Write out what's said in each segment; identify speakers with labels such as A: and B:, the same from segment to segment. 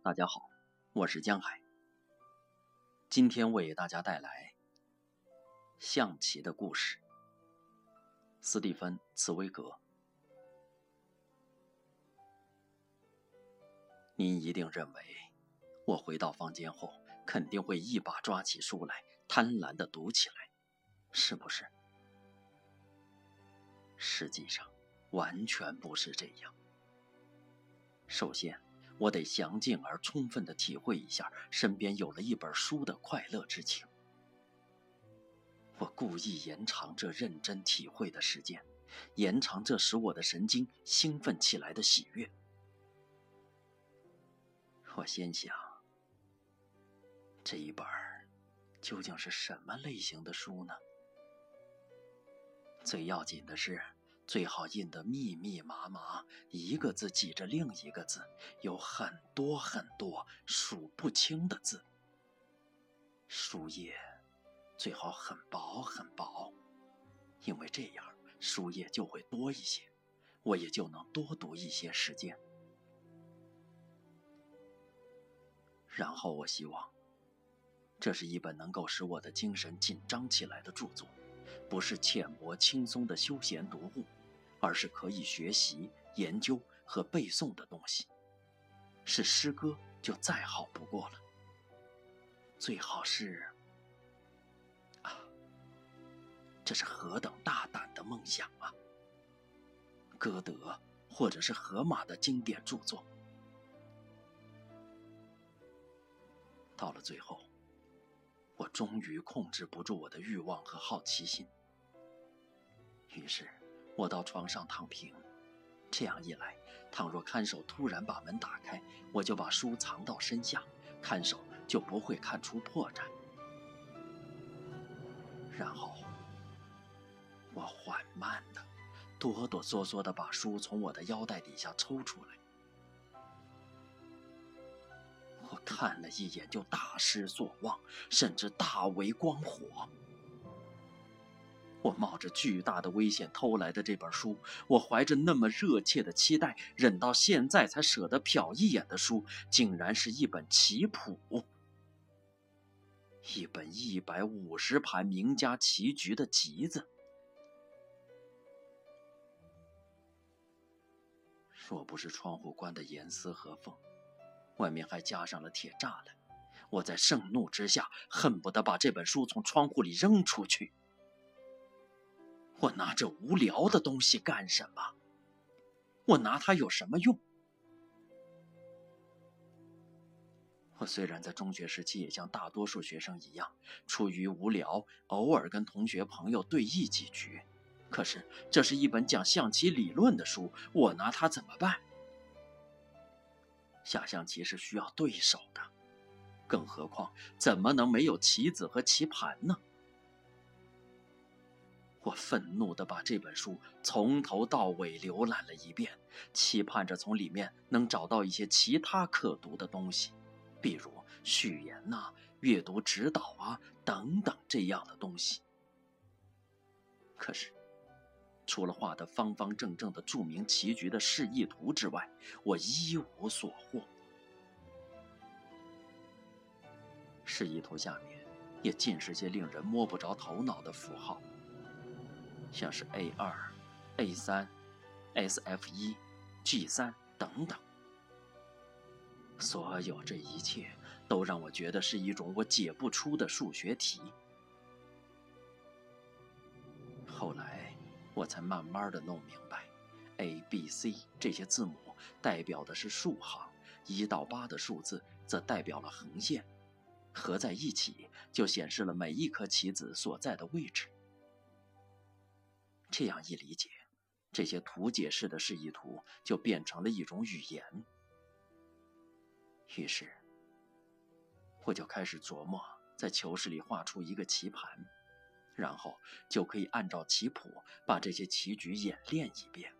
A: 大家好，我是江海。今天为大家带来象棋的故事。斯蒂芬·茨威格。您一定认为，我回到房间后肯定会一把抓起书来，贪婪地读起来，是不是？实际上，完全不是这样。首先，我得详尽而充分地体会一下身边有了一本书的快乐之情。我故意延长这认真体会的时间，延长这使我的神经兴奋起来的喜悦。我先想，这一本究竟是什么类型的书呢？最要紧的是，最好印得密密麻麻，一个字挤着另一个字，有很多很多数不清的字。书页最好很薄很薄，因为这样书页就会多一些，我也就能多读一些时间。然后我希望，这是一本能够使我的精神紧张起来的著作，不是浅薄轻松的休闲读物，而是可以学习、研究和背诵的东西。是诗歌就再好不过了。最好是……这是何等大胆的梦想啊！歌德或者是荷马的经典著作。到了最后，我终于控制不住我的欲望和好奇心。于是我到床上躺平，这样一来，倘若看守突然把门打开，我就把书藏到身下，看守就不会看出破绽。然后我缓慢的、哆哆嗦嗦地把书从我的腰带底下抽出来。我看了一眼就大失所望，甚至大为光火。我冒着巨大的危险偷来的这本书，我怀着那么热切的期待，忍到现在才舍得瞟一眼的书，竟然是一本棋谱，一本150盘名家棋局的集子。若不是窗户关得严丝合缝，外面还加上了铁栅栏，我在盛怒之下恨不得把这本书从窗户里扔出去。我拿这无聊的东西干什么？我拿它有什么用？我虽然在中学时期也像大多数学生一样，出于无聊，偶尔跟同学朋友对弈几局，可是这是一本讲象棋理论的书，我拿它怎么办？下象棋是需要对手的，更何况怎么能没有棋子和棋盘呢？我愤怒地把这本书从头到尾浏览了一遍，期盼着从里面能找到一些其他可读的东西，比如序言阅读指导等等这样的东西。可是除了画得方方正正的著名棋局的示意图之外，我一无所获。示意图下面也尽是些令人摸不着头脑的符号，像是 A2、A3、SF1、G3 等等。所有这一切都让我觉得是一种我解不出的数学题。后来我才慢慢地弄明白， A、B、C 这些字母代表的是数行，1到8的数字则代表了横线，合在一起就显示了每一颗棋子所在的位置。这样一理解，这些图解式的示意图就变成了一种语言。于是我就开始琢磨在球室里画出一个棋盘，然后就可以按照棋谱把这些棋局演练一遍。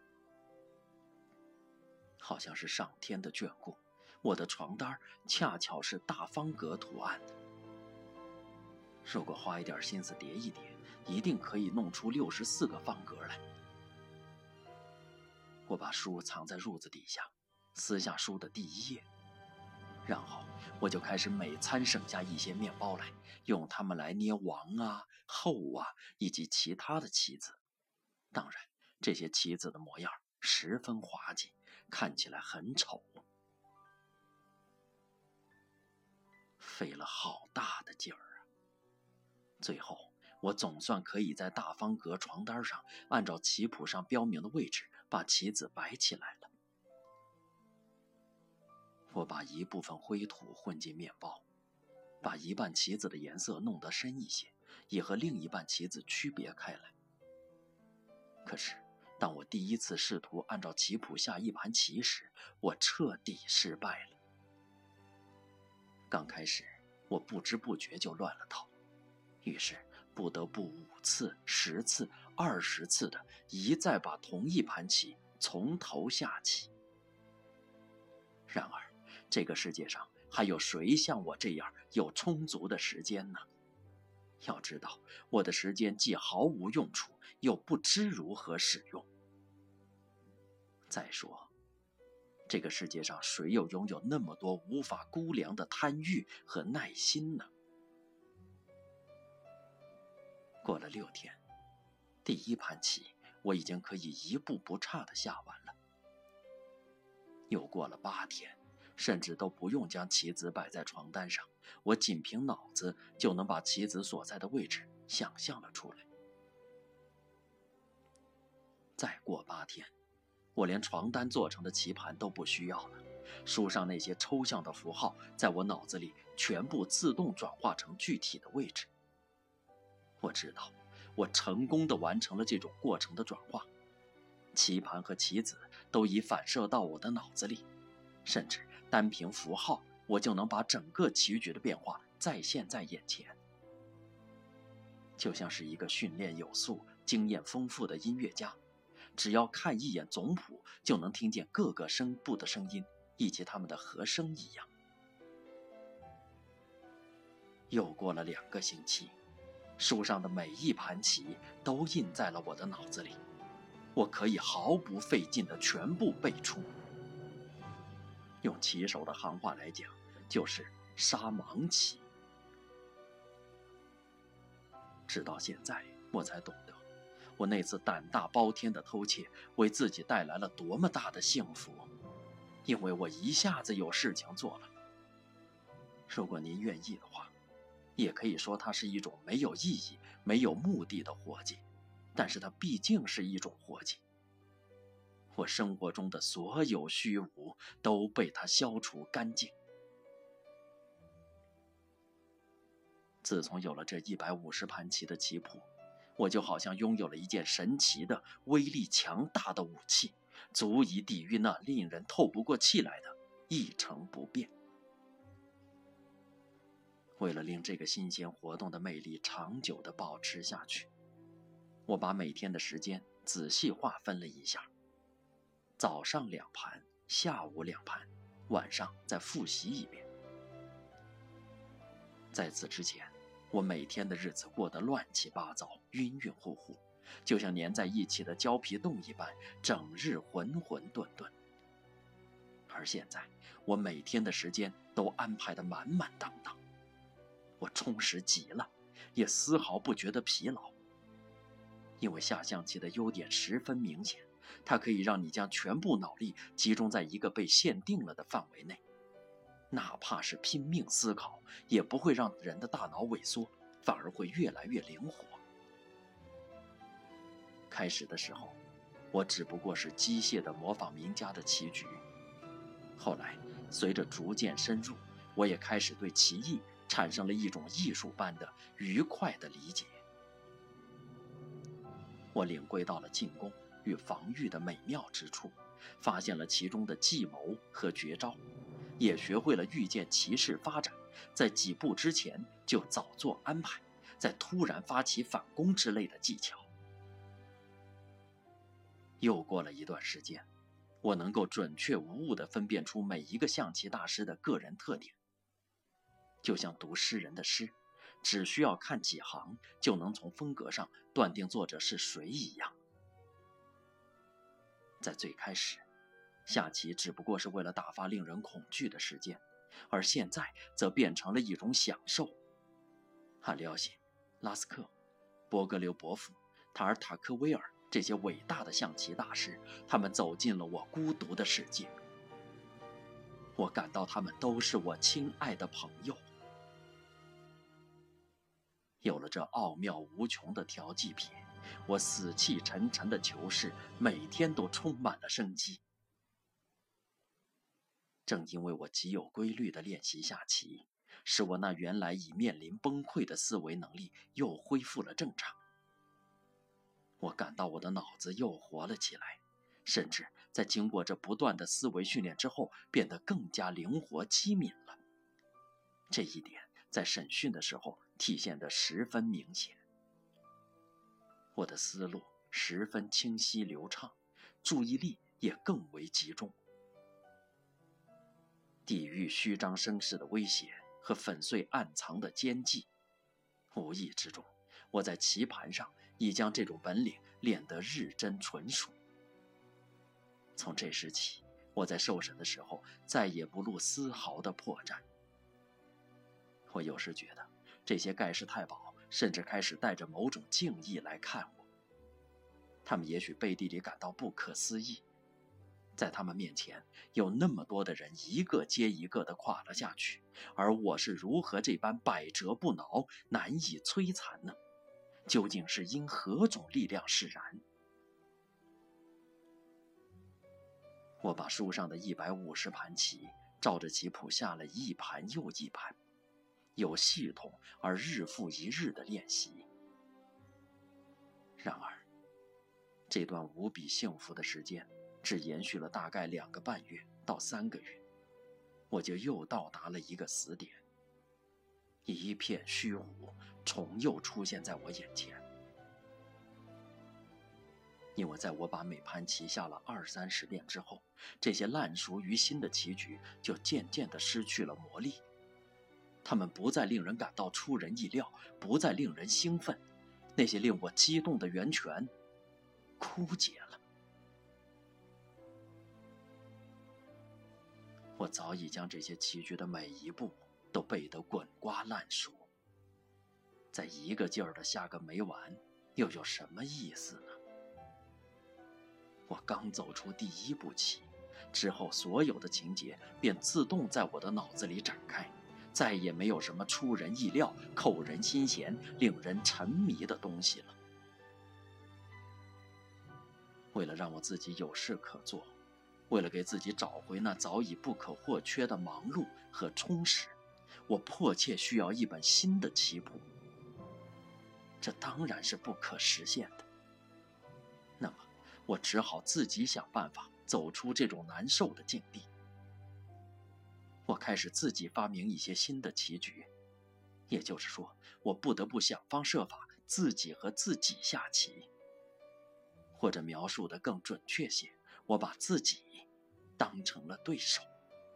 A: 好像是上天的眷顾，我的床单恰巧是大方格图案的。如果花一点心思叠一叠，一定可以弄出64个方格来。我把书藏在褥子底下，撕下书的第1页， 然后我就开始每餐省下一些面包来，用它们来捏王啊、后啊以及其他的棋子。当然，这些棋子的模样十分滑稽，看起来很丑。费了好大的劲儿啊！最后，我总算可以在大方格床单上按照棋谱上标明的位置把棋子摆起来了。我把一部分灰土混进面包，把一半棋子的颜色弄得深一些，也和另一半棋子区别开来。可是，当我第一次试图按照棋谱下一盘棋时，我彻底失败了。刚开始，我不知不觉就乱了套，于是不得不5次、10次、20次的一再把同一盘棋从头下起。然而，这个世界上还有谁像我这样有充足的时间呢？要知道，我的时间既毫无用处，又不知如何使用。再说，这个世界上谁又拥有那么多无法估量的贪欲和耐心呢？过了6天，第一盘棋我已经可以一步不差地下完了。又过了8天，甚至都不用将棋子摆在床单上，我仅凭脑子就能把棋子所在的位置想象了出来。再过8天，我连床单做成的棋盘都不需要了，书上那些抽象的符号在我脑子里全部自动转化成具体的位置。我知道，我成功地完成了这种过程的转化，棋盘和棋子都已反射到我的脑子里，甚至单凭符号，我就能把整个棋局的变化再现在眼前。就像是一个训练有素、经验丰富的音乐家，只要看一眼总谱，就能听见各个声部的声音以及它们的和声一样。又过了2个星期，书上的每一盘棋都印在了我的脑子里，我可以毫不费劲地全部背出。用棋手的行话来讲，就是杀盲棋。直到现在，我才懂得，我那次胆大包天的偷窃为自己带来了多么大的幸福，因为我一下子有事情做了。如果您愿意的话，也可以说它是一种没有意义、没有目的的活计，但是它毕竟是一种活计。我生活中的所有虚无都被它消除干净。自从有了这150盘棋的棋谱，我就好像拥有了一件神奇的、威力强大的武器，足以抵御那令人透不过气来的一成不变。为了令这个新鲜活动的魅力长久地保持下去，我把每天的时间仔细划分了一下，早上2盘，下午2盘，晚上再复习一遍。在此之前，我每天的日子过得乱七八糟、晕晕乎乎，就像粘在一起的胶皮冻一般，整日浑浑沌沌。而现在，我每天的时间都安排得满满当当，我充实极了，也丝毫不觉得疲劳。因为下象棋的优点十分明显，它可以让你将全部脑力集中在一个被限定了的范围内，哪怕是拼命思考，也不会让人的大脑萎缩，反而会越来越灵活。开始的时候，我只不过是机械地模仿名家的棋局，后来随着逐渐深入，我也开始对棋艺产生了一种艺术般的愉快的理解。我领会到了进攻与防御的美妙之处，发现了其中的计谋和绝招，也学会了预见棋势发展，在几步之前就早做安排，在突然发起反攻之类的技巧。又过了一段时间，我能够准确无误地分辨出每一个象棋大师的个人特点，就像读诗人的诗，只需要看几行就能从风格上断定作者是谁一样。在最开始，下棋只不过是为了打发令人恐惧的时间， 而现在则变成了一种享受。阿廖辛、拉斯克、波格留伯夫、塔尔塔科威尔这些伟大的象棋大师，他们走进了我孤独的世界。我感到他们都是我亲爱的朋友。有了这奥妙无穷的调剂品，我死气沉沉的囚室每天都充满了生机。正因为我极有规律地练习下棋，使我那原来已面临崩溃的思维能力又恢复了正常。我感到我的脑子又活了起来，甚至在经过这不断的思维训练之后，变得更加灵活机敏了。这一点在审讯的时候体现得十分明显。我的思路十分清晰流畅，注意力也更为集中。抵御虚张声势的威胁和粉碎暗藏的奸计，无意之中，我在棋盘上已将这种本领练得日臻纯熟。从这时起，我在受审的时候再也不露丝毫的破绽。我有时觉得这些盖世太保甚至开始带着某种敬意来看我，他们也许背地里感到不可思议，在他们面前有那么多的人一个接一个地垮了下去，而我是如何这般百折不挠，难以摧残呢？究竟是因何种力量使然？我把书上的150盘棋照着棋谱下了一盘又一盘，有系统而日复一日的练习。然而，这段无比幸福的时间只延续了大概2个半月到3个月，我就又到达了一个死点，一片虚无重又出现在我眼前。因为在我把每盘棋下了20-30遍之后，这些烂熟于心的棋局就渐渐地失去了魔力，它们不再令人感到出人意料，不再令人兴奋，那些令我激动的源泉枯竭了。我早已将这些棋局的每一步都背得滚瓜烂熟，在一个劲儿地下个没完，又有什么意思呢？我刚走出第一步棋，之后所有的情节便自动在我的脑子里展开，再也没有什么出人意料、扣人心弦、令人沉迷的东西了。为了让我自己有事可做，为了给自己找回那早已不可或缺的忙碌和充实，我迫切需要一本新的棋谱。这当然是不可实现的。那么，我只好自己想办法走出这种难受的境地。我开始自己发明一些新的棋局，也就是说，我不得不想方设法自己和自己下棋。或者描述得更准确些，我把自己当成了对手。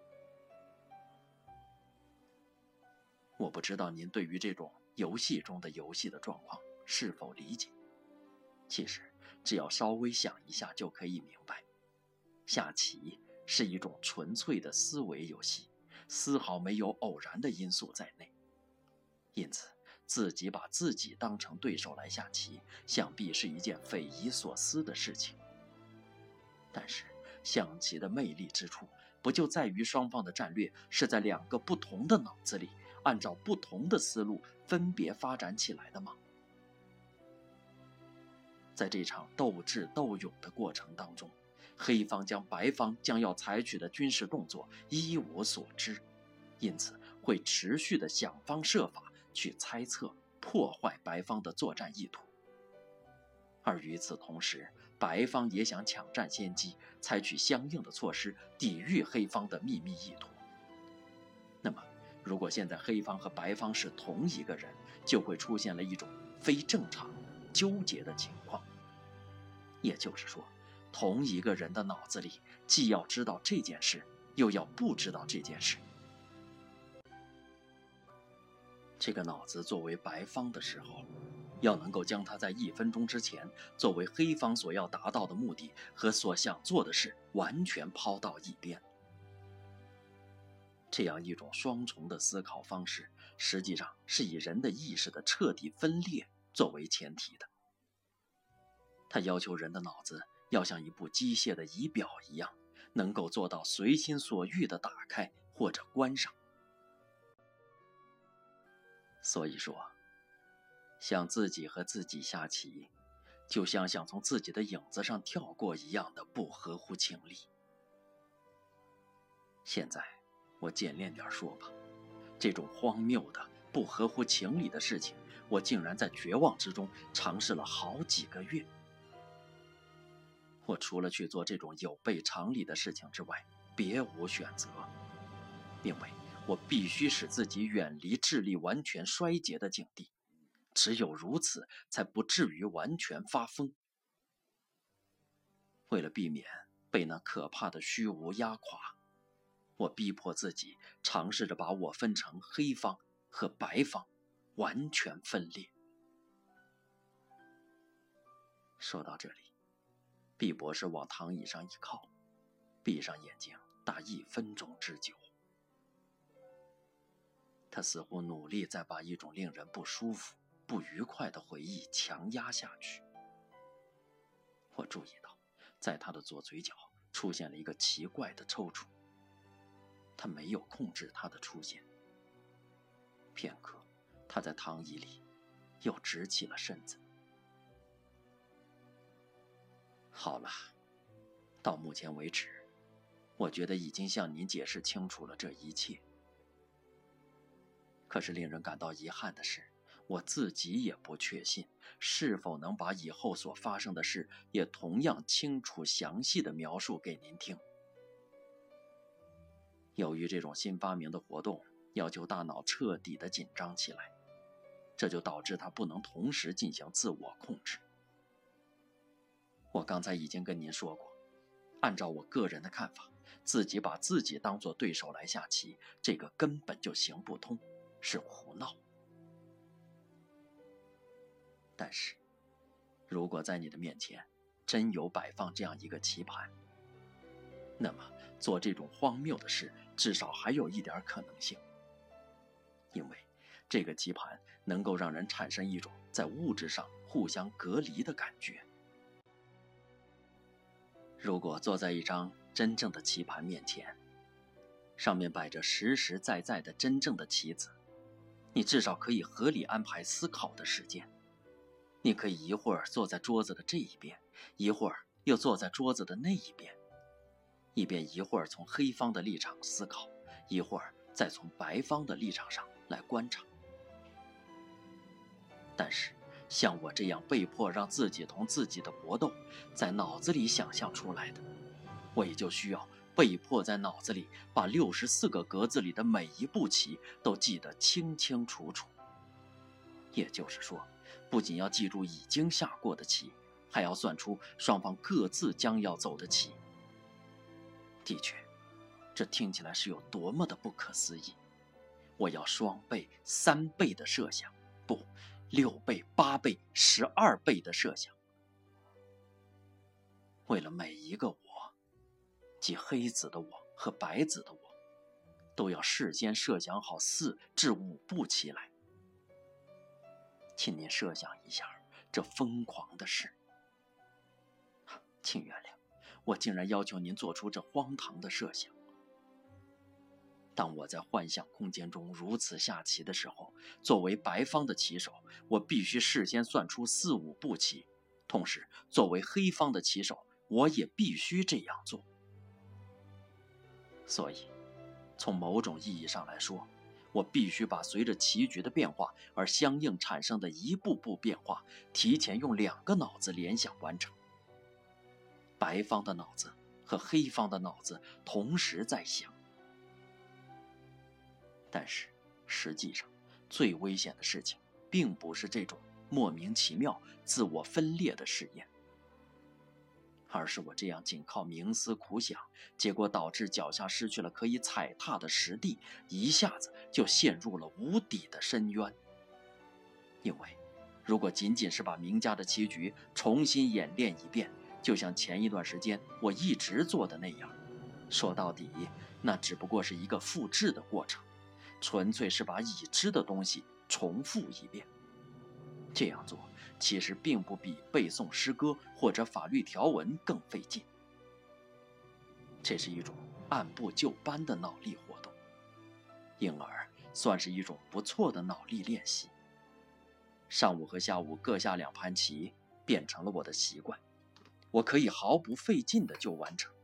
A: 我不知道您对于这种游戏中的游戏的状况是否理解。其实只要稍微想一下就可以明白，下棋是一种纯粹的思维游戏，丝毫没有偶然的因素在内。因此自己把自己当成对手来下棋，想必是一件匪夷所思的事情。但是象棋的魅力之处，不就在于双方的战略是在2个不同的脑子里，按照不同的思路分别发展起来的吗？在这场斗智斗勇的过程当中，黑方将白方将要采取的军事动作一无所知，因此会持续地想方设法去猜测破坏白方的作战意图。而与此同时，白方也想抢占先机，采取相应的措施抵御黑方的秘密意图。那么如果现在黑方和白方是同一个人，就会出现了一种非正常纠结的情况。也就是说，同一个人的脑子里既要知道这件事，又要不知道这件事。这个脑子作为白方的时候，要能够将它在1分钟之前作为黑方所要达到的目的和所想做的事完全抛到一边。 这样一种双重的思考方式，实际上是以人的意识的彻底分裂作为前提的。它要求人的脑子要像一部机械的仪表一样，能够做到随心所欲地打开或者关上。所以说，想自己和自己下棋，就像想从自己的影子上跳过一样的不合乎情理。现在我简练点说吧，这种荒谬的不合乎情理的事情，我竟然在绝望之中尝试了好几个月。我除了去做这种有悖常理的事情之外，别无选择，因为我必须使自己远离智力完全衰竭的境地，只有如此才不至于完全发疯。为了避免被那可怕的虚无压垮，我逼迫自己尝试着把我分成黑方和白方，完全分裂。说到这里，毕博士往躺椅上一靠，闭上眼睛达1分钟之久。他似乎努力在把一种令人不舒服、不愉快的回忆强压下去。我注意到，在他的左嘴角出现了一个奇怪的抽搐。他没有控制它的出现。片刻，他在躺椅里又直起了身子。好了，到目前为止，我觉得已经向您解释清楚了这一切。可是令人感到遗憾的是，我自己也不确信是否能把以后所发生的事也同样清楚详细地描述给您听。由于这种新发明的活动要求大脑彻底地紧张起来，这就导致它不能同时进行自我控制。我刚才已经跟您说过，按照我个人的看法，自己把自己当作对手来下棋，这个根本就行不通，是胡闹。但是，如果在你的面前真有摆放这样一个棋盘，那么做这种荒谬的事至少还有一点可能性，因为这个棋盘能够让人产生一种在物质上互相隔离的感觉。如果坐在一张真正的棋盘面前，上面摆着实实在在的真正的棋子，你至少可以合理安排思考的时间。你可以一会儿坐在桌子的这一边，一会儿又坐在桌子的那一边，一会儿从黑方的立场思考，一会儿再从白方的立场上来观察。但是像我这样被迫让自己同自己的搏斗，在脑子里想象出来的，我也就需要被迫在脑子里把64个格子里的每一步棋都记得清清楚楚。也就是说，不仅要记住已经下过的棋，还要算出双方各自将要走的棋。的确，这听起来是有多么的不可思议。我要2倍、3倍的设想，不，6倍、8倍、12倍的设想。为了每一个我，即黑子的我和白子的我，都要事先设想好4至5步棋来。请您设想一下这疯狂的事。请原谅，我竟然要求您做出这荒唐的设想。当我在幻想空间中如此下棋的时候，作为白方的棋手，我必须事先算出4、5步棋，同时作为黑方的棋手，我也必须这样做。所以，从某种意义上来说，我必须把随着棋局的变化而相应产生的一步步变化，提前用2个脑子联想完成。白方的脑子和黑方的脑子同时在想。但是实际上，最危险的事情并不是这种莫名其妙自我分裂的试验，而是我这样仅靠冥思苦想，结果导致脚下失去了可以踩踏的实地，一下子就陷入了无底的深渊。因为如果仅仅是把名家的棋局重新演练一遍，就像前一段时间我一直做的那样， 说到底，那只不过是一个复制的过程，纯粹是把已知的东西重复一遍。这样做其实并不比背诵诗歌或者法律条文更费劲。这是一种按部就班的脑力活动，因而算是一种不错的脑力练习。上午和下午各下2盘棋，变成了我的习惯，我可以毫不费劲的就完成。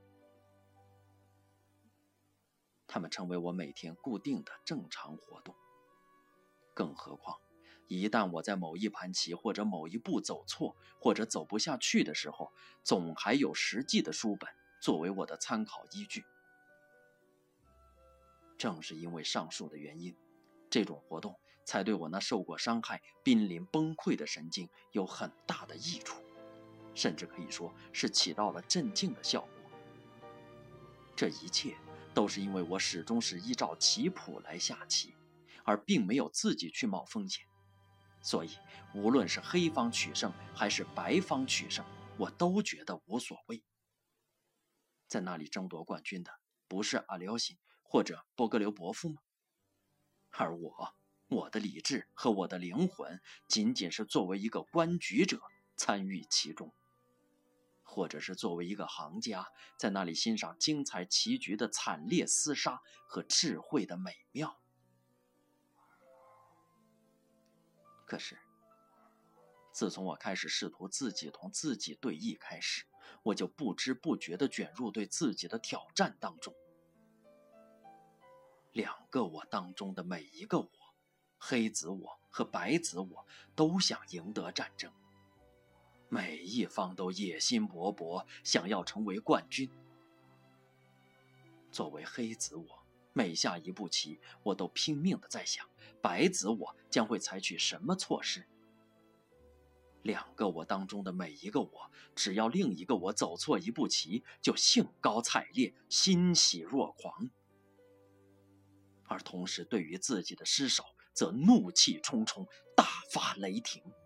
A: 它们成为我每天固定的正常活动。更何况，一旦我在某一盘棋或者某一步走错或者走不下去的时候，总还有实际的书本作为我的参考依据。正是因为上述的原因，这种活动才对我那受过伤害、濒临崩溃的神经有很大的益处，甚至可以说是起到了镇静的效果。这一切都是因为我始终是依照棋谱来下棋，而并没有自己去冒风险。所以无论是黑方取胜还是白方取胜，我都觉得无所谓。在那里争夺冠军的不是阿廖辛或者波格留伯夫吗？而我的理智和我的灵魂仅仅是作为一个观局者参与其中，或者是作为一个行家在那里欣赏精彩棋局的惨烈厮杀和智慧的美妙。可是自从我开始试图自己同自己对弈开始，我就不知不觉地卷入对自己的挑战当中。2个我当中的每一个我，黑子我和白子我，都想赢得战争，每一方都野心勃勃，想要成为冠军。作为黑子我，每下一步棋，我都拼命地在想，白子我将会采取什么措施。2个我当中的每一个我，只要另一个我走错一步棋，就兴高采烈，欣喜若狂。而同时对于自己的失手，则怒气冲冲，大发雷霆。